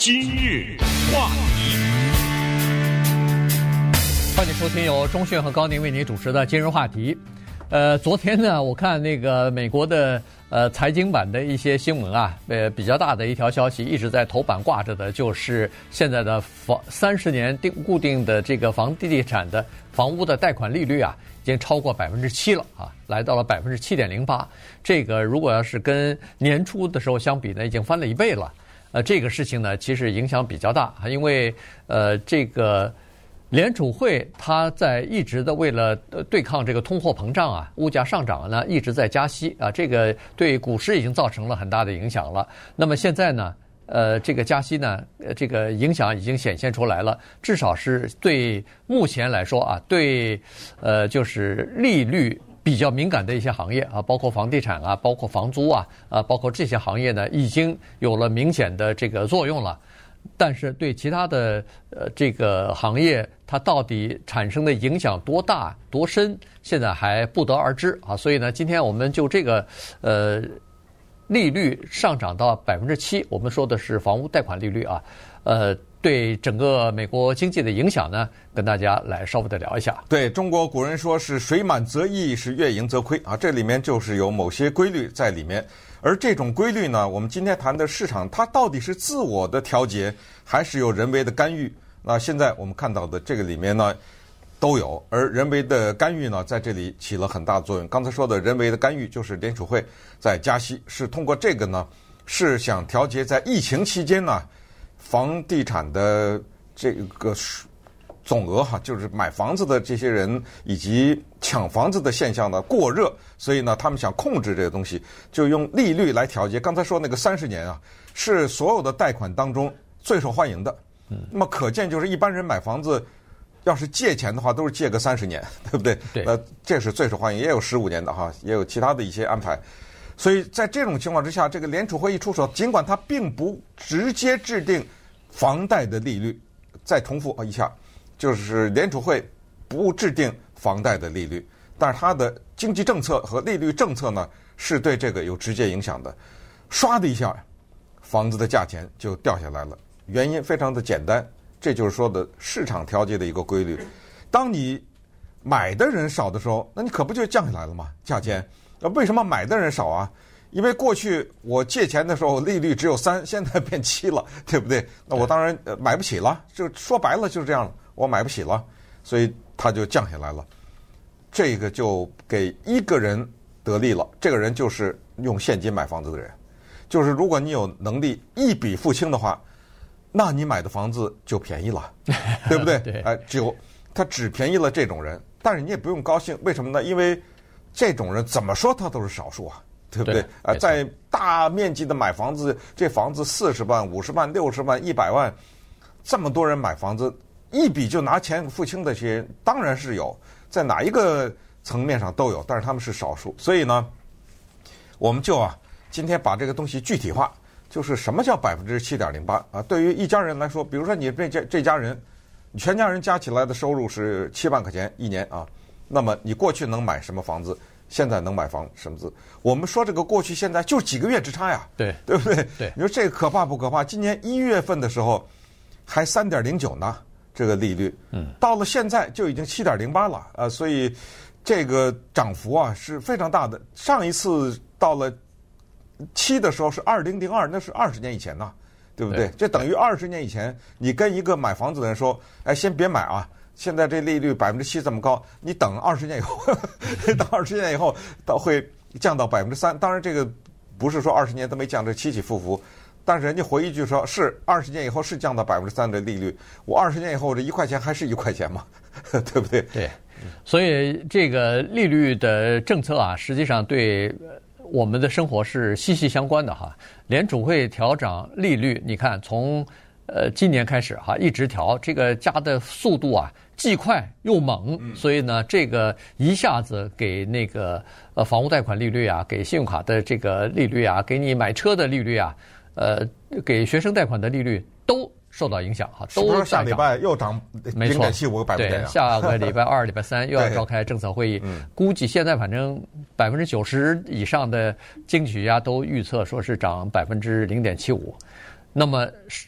今日话题， 欢迎收听由钟迅和高宁为你主持的今日话题。昨天呢，我看那个美国的财经版的一些新闻啊，比较大的一条消息一直在头版挂着的，就是现在的30年固定的这个房地产的房屋的贷款利率啊，已经超过7%了啊，来到了7.08%。这个如果要是跟年初的时候相比呢，已经翻了1倍了。这个事情呢，其实影响比较大，因为这个联储会它在一直的为了对抗这个通货膨胀啊，物价上涨呢，一直在加息啊，这个对股市已经造成了很大的影响了。那么现在呢，这个加息呢，这个影响已经显现出来了，至少是对目前来说啊，对就是利率比较敏感的一些行业啊，包括房地产啊，包括房租啊，包括这些行业呢，已经有了明显的这个作用了。但是对其他的这个行业，它到底产生的影响多大多深，现在还不得而知啊。所以呢，今天我们就这个利率上涨到7%，我们说的是房屋贷款利率啊，对整个美国经济的影响呢，跟大家来稍微的聊一下。 对，中国古人说是水满则溢，是月盈则亏啊，这里面就是有某些规律在里面。而这种规律呢，我们今天谈的市场，它到底是自我的调节，还是有人为的干预？那现在我们看到的这个里面呢，都有。而人为的干预呢，在这里起了很大的作用。刚才说的人为的干预，就是联储会在加息，是通过这个呢，是想调节在疫情期间呢，房地产的这个总额哈，就是买房子的这些人以及抢房子的现象呢过热，所以呢，他们想控制这个东西，就用利率来调节。刚才说那个30年啊，是所有的贷款当中最受欢迎的。那么可见就是一般人买房子，要是借钱的话，都是借个30年，对不对？ 对。 这是最受欢迎，也有15年的哈，也有其他的一些安排。所以在这种情况之下，这个联储会一出手，尽管它并不直接制定房贷的利率，再重复一下，就是联储会不制定房贷的利率，但是它的经济政策和利率政策呢，是对这个有直接影响的。唰的一下，房子的价钱就掉下来了。原因非常的简单，这就是说的市场调节的一个规律。当你买的人少的时候，那你可不就降下来了吗？价钱。为什么买的人少啊？因为过去我借钱的时候利率只有3，现在变7了，对不对？那我当然买不起了，就说白了就是这样了，我买不起了，所以它就降下来了。这个就给一个人得利了，这个人就是用现金买房子的人。就是如果你有能力一笔付清的话，那你买的房子就便宜了，对不对？ 对。 他只便宜了这种人，但是你也不用高兴，为什么呢？因为这种人怎么说他都是少数啊，对不对？在大面积的买房子，这房子40万、50万、60万、100万，这么多人买房子，一笔就拿钱付清的这些人，当然是有，在哪一个层面上都有，但是他们是少数。所以呢，我们就今天把这个东西具体化，就是什么叫7.08%啊？对于一家人来说，比如说你这家人，你全家人加起来的收入是7万块钱一年啊，那么你过去能买什么房子？现在能买房什么子？我们说这个过去现在就几个月之差呀， 对不对？ 对， 你说这个可怕不可怕？今年1月份的时候还3.09呢，这个利率，到了现在就已经7.08了，所以这个涨幅是非常大的。上一次到了7的时候是2002，那是20年以前呢，对不对？这等于20年以前，你跟一个买房子的人说，哎，先别买啊。现在这利率7%这么高，你等20年以后，等20年以后，会降到3%。当然，这个不是说20年都没降，这起起伏伏。但是人家回一句说，是20年以后是降到3%的利率，我20年以后这1块钱还是1块钱嘛，对不对？ 对，所以这个利率的政策实际上对我们的生活是息息相关的哈。联储会调整利率，你看从今年开始一直调，这个加的速度既快又猛，所以呢，这个一下子给那个房屋贷款利率给信用卡的这个利率给你买车的利率给学生贷款的利率都受到影响都下礼拜又涨0.75个百分点。 对，下个礼拜2、礼拜3又要召开政策会议，估计现在反正90%以上的经济学家都预测说是涨0.75%。那么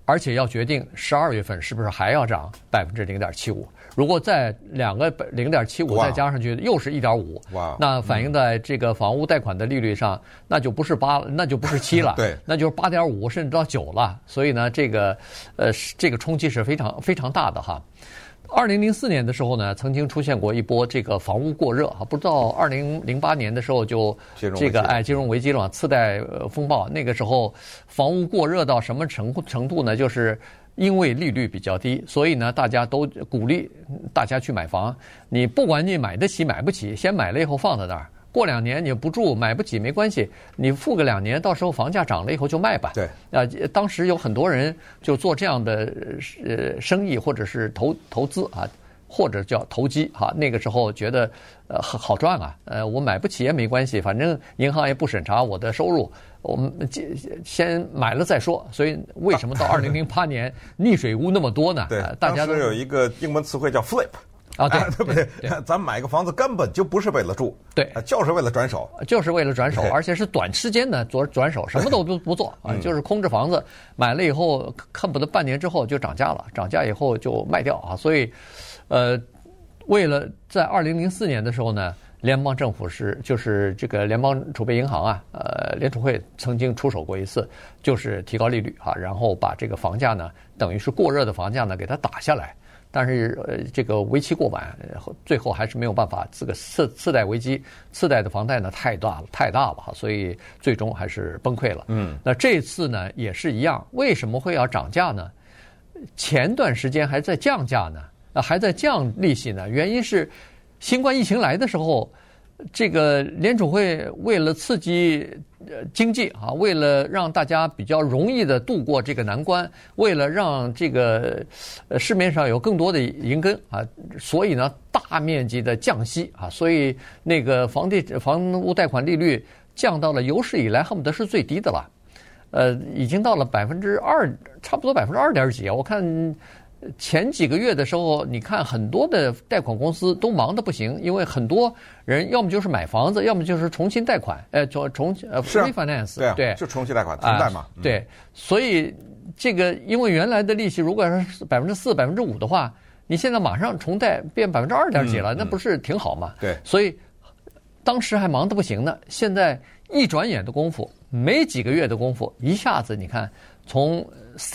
而且要决定12月份是不是还要涨0.75%。如果再2个0.75%再加上去，又是1.5%。 哇！ 那反映在这个房屋贷款的利率上，那就不是8，那就不是7了， 对， 那就是8.5甚至到9了。所以呢，这个冲击是非常非常大的哈。2004年的时候呢，曾经出现过一波这个房屋过热啊，不知道2008年的时候就这个金融危机了嘛，次贷风暴。那个时候房屋过热到什么程度呢？就是因为利率比较低，所以呢大家都鼓励大家去买房。你不管你买得起买不起，先买了以后放在那儿。过2年你不住买不起没关系，你付个2年，到时候房价涨了以后就卖吧。 对， 当时有很多人就做这样的生意，或者是投资啊，或者叫投机哈。那个时候觉得好赚啊，我买不起也没关系，反正银行也不审查我的收入，我们先买了再说。所以为什么到2008年溺水屋那么多呢？ 对， 大家当时有一个英文词汇叫 flip。 啊，对， 对不对？咱买个房子根本就不是为了住， 对， 就是为了转手， 而且是短时间的转手，什么都不做啊，就是空着房子，买了以后恨不得半年之后就涨价了，涨价以后就卖掉啊。所以，为了在2004年的时候呢，联邦政府就是这个联邦储备银行啊，联储会曾经出手过一次，就是提高利率啊，然后把这个房价呢，等于是过热的房价呢给它打下来。但是这个为期过晚，最后还是没有办法。这个次贷危机，次贷的房贷呢太大了哈，所以最终还是崩溃了。那这次呢也是一样，为什么会要涨价呢？前段时间还在降价呢，还在降利息呢。原因是新冠疫情来的时候，这个联储会为了刺激经济啊，为了让大家比较容易的度过这个难关，为了让这个市面上有更多的银根啊，所以呢大面积的降息啊，所以那个房屋贷款利率降到了有史以来恨不得是最低的了，已经到了2%，差不多2%几啊，我看。前几个月的时候，你看很多的贷款公司都忙得不行，因为很多人要么就是买房子，要么就是重新贷款，refinance， 对，就重新贷款，停贷嘛。 对，所以这个因为原来的利息如果是4%、5%的话，你现在马上重贷变2%几了，那不是挺好吗？ 对， 所以当时还忙得不行呢，现在一转眼的功夫，没几个月的功夫，一下子你看从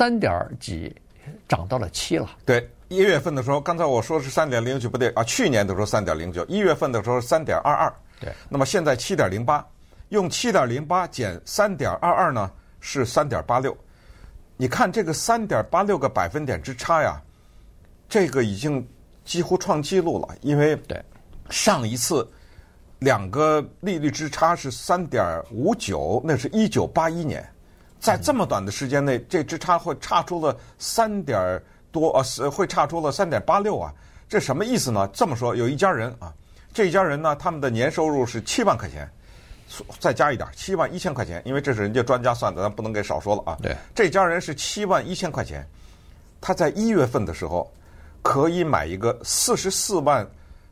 3几。涨到了7了。 对，1月份的时候，刚才我说是3.09，不对啊，去年的时候3.09，1月份的时候3.22。 对， 那么现在7.08，用7.08减3.22呢是3.86。你看这个3.86个百分点之差呀，这个已经几乎创纪录了，因为上一次2个利率之差是3.59，那是1981年。在这么短的时间内，这之差会差出了3点多会差出了3.86啊！这什么意思呢？这么说，有一家人啊，这一家人呢，他们的年收入是7万块钱，再加一点7万1千块钱，因为这是人家专家算的，咱不能给少说了啊。 对， 这家人是7万1千块钱，他在1月份的时候可以买一个44万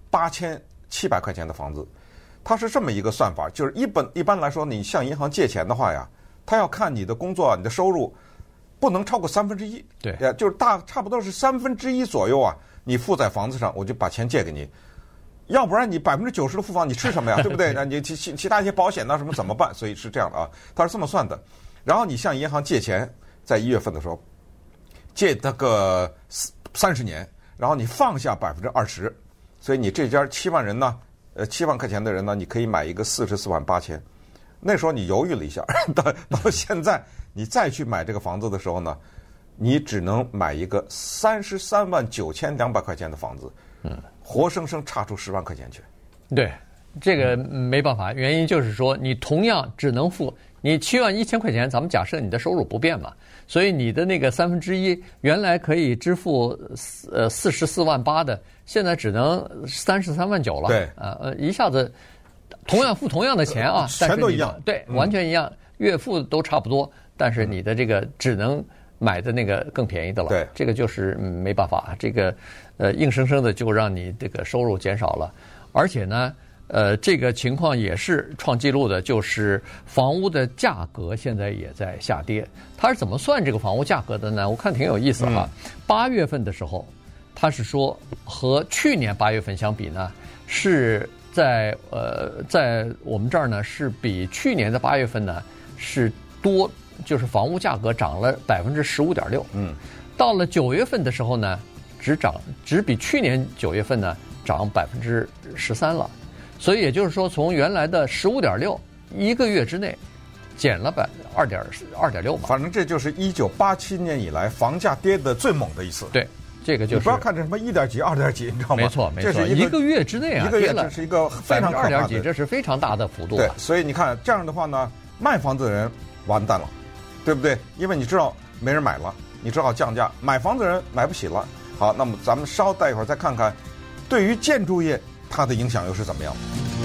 8700块钱的房子。他是这么一个算法，就是一般来说，你向银行借钱的话呀。他要看你的工作，你的收入不能超过1/3， 对， 就是差不多是1/3左右啊。你付在房子上，我就把钱借给你，要不然你90%的付房，你吃什么呀？对不对？那你其他一些保险啊什么怎么办？所以是这样的啊，他是这么算的。然后你向银行借钱，在1月份的时候借那个30年，然后你放下20%，所以你这家7万人呢，7万块钱的人呢，你可以买一个44万8千。那时候你犹豫了一下，到现在你再去买这个房子的时候呢，你只能买一个33万9200块钱的房子，活生生差出10万块钱去。 对，这个没办法，原因就是说你同样只能付你7万1千块钱，咱们假设你的收入不变嘛，所以你的那个1/3原来可以支付44万8的，现在只能33万9了。 对， 一下子。同样付同样的钱啊， 全都一样， 对，完全一样，月付都差不多，但是你的这个只能买的那个更便宜的了。 对， 这个就是没办法，这个硬生生的就让你这个收入减少了，而且呢， 这个情况也是创纪录的，就是房屋的价格现在也在下跌。它是怎么算这个房屋价格的呢？我看挺有意思哈。8月份的时候，它是说和去年8月份相比呢，是在我们这儿呢是比去年的8月份呢是多，就是房屋价格涨了15.6%。到了9月份的时候呢，只比去年9月份呢涨13%了。所以也就是说，从原来的15.6%，一个月之内减了2.6%嘛。 反正这就是1987年以来房价跌的最猛的一次。 对，这个就是你不要看这什么1点几、2点几，你知道吗？ 没错， 这是一个月之内啊， 一个月这是一个非常可怕的 2点几，这是非常大的幅度。 对，所以你看这样的话呢，卖房子的人完蛋了，对不对？因为你知道没人买了，你只好降价；买房子的人买不起了。好，那么咱们稍待一会儿再看看，对于建筑业它的影响又是怎么样？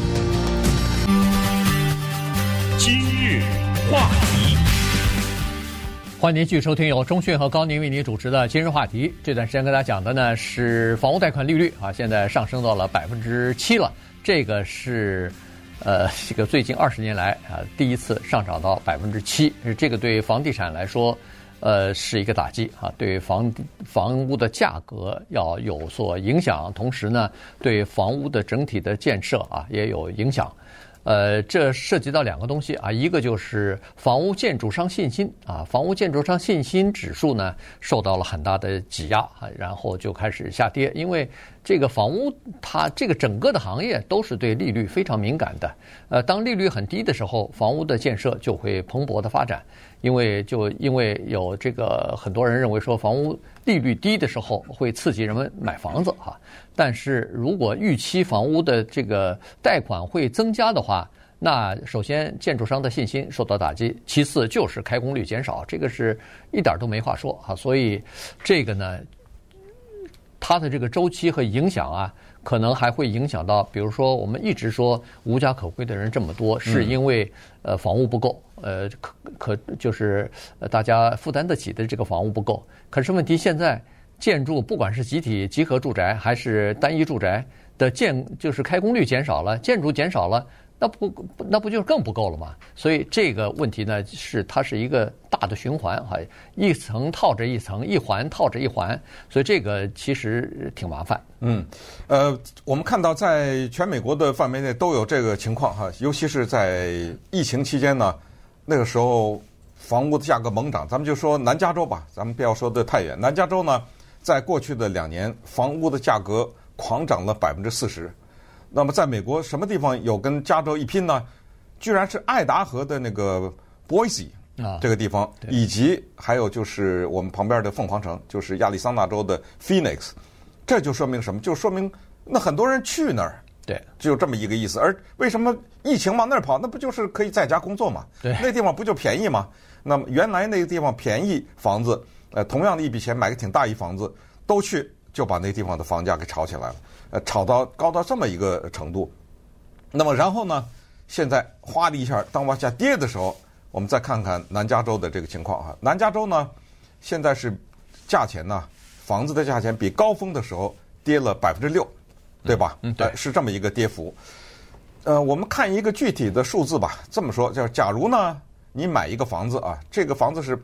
今日话题， 欢迎您继续收听由钟迅和高宁为您主持的今日话题。这段时间跟大家讲的呢是房屋贷款利率啊，现在上升到了7%了，这个是这个最近20年来啊第一次上涨到7%，这个对房地产来说是一个打击啊，对房屋的价格要有所影响，同时呢对房屋的整体的建设啊也有影响。这涉及到2个东西啊，一个就是房屋建筑商信心啊，房屋建筑商信心指数呢受到了很大的挤压啊，然后就开始下跌，因为这个房屋它这个整个的行业都是对利率非常敏感的，当利率很低的时候，房屋的建设就会蓬勃的发展，因为有这个很多人认为说房屋利率低的时候会刺激人们买房子哈，但是如果预期房屋的这个贷款会增加的话，那首先建筑商的信心受到打击，其次就是开工率减少，这个是一点都没话说啊。所以这个呢，它的这个周期和影响啊，可能还会影响到，比如说我们一直说无家可归的人这么多，是因为房屋不够，就是大家负担得起的这个房屋不够。可是问题现在建筑不管是集体集合住宅还是单一住宅的就是开工率减少了，建筑减少了，那不就更不够了吗？所以这个问题呢，它是一个大的循环哈，一层套着一层，一环套着一环，所以这个其实挺麻烦。 我们看到在全美国的范围内都有这个情况哈，尤其是在疫情期间呢，那个时候房屋的价格猛涨。咱们就说南加州吧，咱们不要说的太远。南加州呢，在过去的2年，房屋的价格狂涨了40%。那么在美国什么地方有跟加州一拼呢？居然是爱达荷的那个 Boise 这个地方，以及还有就是我们旁边的凤凰城，就是亚利桑那州的 Phoenix。这就说明什么？就说明那很多人去那儿， 对， 只有这么一个意思。而为什么疫情往那儿跑？那不就是可以在家工作嘛？ 对， 那地方不就便宜吗？那么原来那个地方便宜房子，同样的一笔钱买个挺大一房子，都去就把那个地方的房价给炒起来了，炒到高到这么一个程度。那么然后呢，现在哗的一下，当往下跌的时候，我们再看看南加州的这个情况哈。南加州呢，现在是价钱呢，房子的价钱比高峰的时候跌了6%，对吧？ 对， 是这么一个跌幅。我们看一个具体的数字吧。这么说，就是假如呢，你买一个房子啊，这个房子是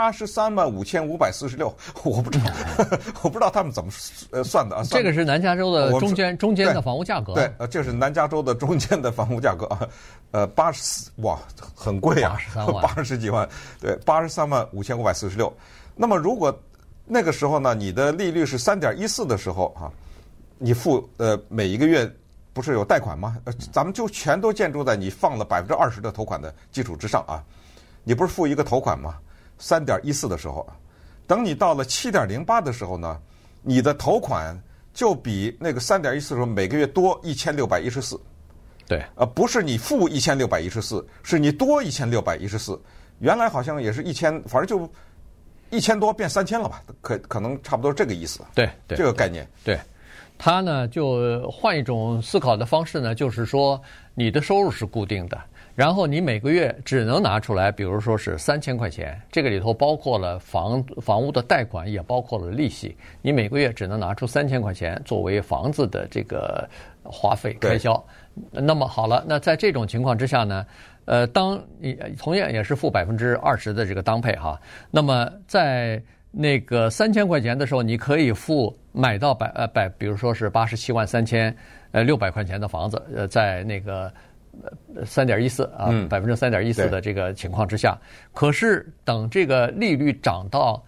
835546，我不知道他们怎么算的啊。 这个是南加州的中间的房屋价格。 对，这是南加州的中间的房屋价格啊。84哇，很贵啊，80几万，对，835546。那么如果那个时候呢，你的利率是3.14的时候啊，你付每一个月不是有贷款吗？咱们就全都建筑在你放了20%的头款的基础之上啊。你不是付一个头款吗？3.14的时候，等你到了7.08的时候呢，你的头款就比那个3.14的时候每个月多1614。 对， 不是你负1614，是你多1614。原来好像也是1000，反正就1000多变3000了吧？可能差不多这个意思。 对， 这个概念。 对，它呢就换一种思考的方式呢，就是说你的收入是固定的。 然后你每个月只能拿出来，比如说是3000块钱，这个里头包括了房屋的贷款，也包括了利息。你每个月只能拿出3000块钱作为房子的这个花费开销。那么好了，那在这种情况之下呢，当你同样也是付20%的这个当配哈，那么在那个3000块钱的时候，你可以买到比如说是873600块钱的房子，在那个3.14啊，3.14%的这个情况之下，可是等这个利率涨到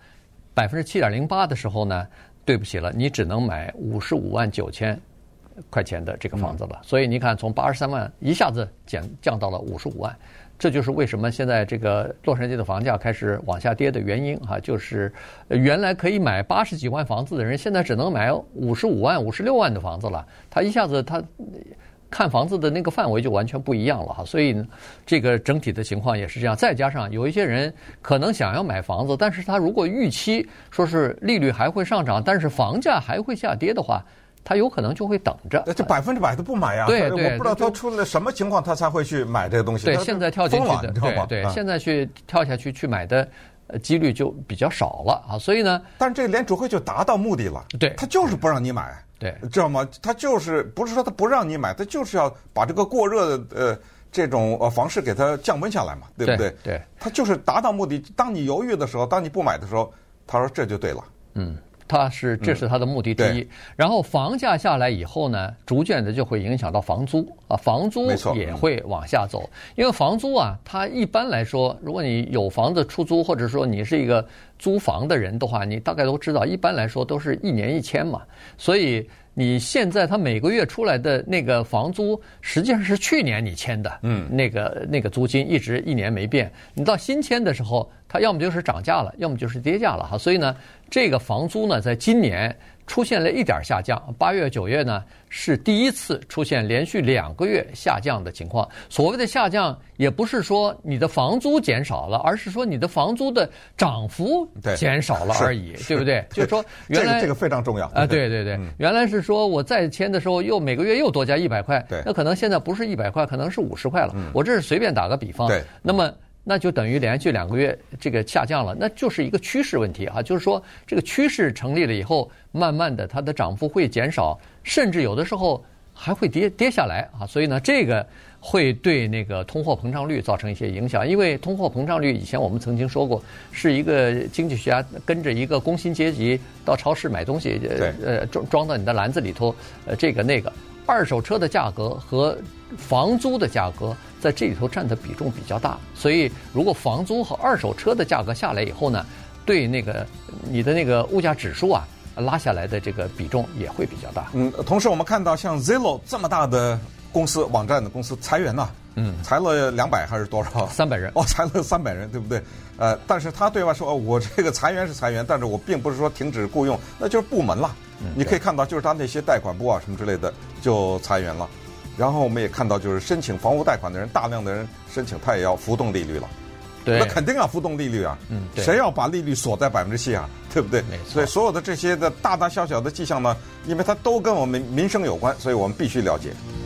7.08%的时候呢，对不起了，你只能买55.9万块钱的这个房子了。所以你看，从83万一下子降到了55万。这就是为什么现在这个洛杉矶的房价开始往下跌的原因哈，就是原来可以买80几万房子的人，现在只能买55万、56万的房子了。他一下子他看房子的那个范围就完全不一样了哈，所以这个整体的情况也是这样。再加上有一些人可能想要买房子，但是他如果预期说是利率还会上涨，但是房价还会下跌的话，他有可能就会等着， 这100%都不买呀。 对， 我不知道他出了什么情况，他才会去买这个东西。 对，现在跳进去的，对，现在跳下去买的几率就比较少了啊。所以呢， 但是这个联储会就达到目的了， 对， 他就是不让你买， 对， 知道吗？他就是不是说他不让你买，他就是要把这个过热的这种房市给它降温下来嘛，对不对？ 对， 他就是达到目的。当你犹豫的时候，当你不买的时候，他说这就对了， 这是他的目的之一。然后房价下来以后呢，逐渐的就会影响到房租啊，房租也会往下走。因为房租啊，它一般来说，如果你有房子出租，或者说你是一个租房的人的话，你大概都知道，一般来说都是1年1签嘛。所以你现在他每个月出来的那个房租，实际上是去年你签的，那个租金一直1年没变。你到新签的时候，它要么就是涨价了，要么就是跌价了哈。所以呢，这个房租呢，在今年出现了一点下降。8月、9月呢是第一次出现连续2个月下降的情况。所谓的下降，也不是说你的房租减少了，而是说你的房租的涨幅减少了而已，对不对？就是说原来这个非常重要啊，对，原来是说我再签的时候每个月又多加100块，那可能现在不是100块，可能是50块了。我这是随便打个比方，那就等于连续2个月这个下降了，那就是一个趋势问题啊，就是说这个趋势成立了以后，慢慢的它的涨幅会减少，甚至有的时候还会跌下来啊，所以呢，这个会对那个通货膨胀率造成一些影响，因为通货膨胀率以前我们曾经说过，是一个经济学家跟着一个工薪阶级到超市买东西，装到你的篮子里头，这个那个。二手车的价格和房租的价格在这里头占的比重比较大，所以如果房租和二手车的价格下来以后呢，对那个你的那个物价指数啊拉下来的这个比重也会比较大。 同时我们看到像 Zillow 这么大的公司，网站的公司裁员呐，裁了200还是多少 ？300人裁了300人，对不对？但是他对外说，我这个裁员是裁员，但是我并不是说停止雇佣，那就是部门了。你可以看到，就是他那些贷款部啊什么之类的就裁员了。然后我们也看到，就是申请房屋贷款的人，大量的人申请，他也要浮动利率了。 对， 那肯定要浮动利率啊。谁要把利率锁在7%啊？对不对？ 没错。 所以所有的这些的大大小小的迹象呢，因为它都跟我们民生有关，所以我们必须了解。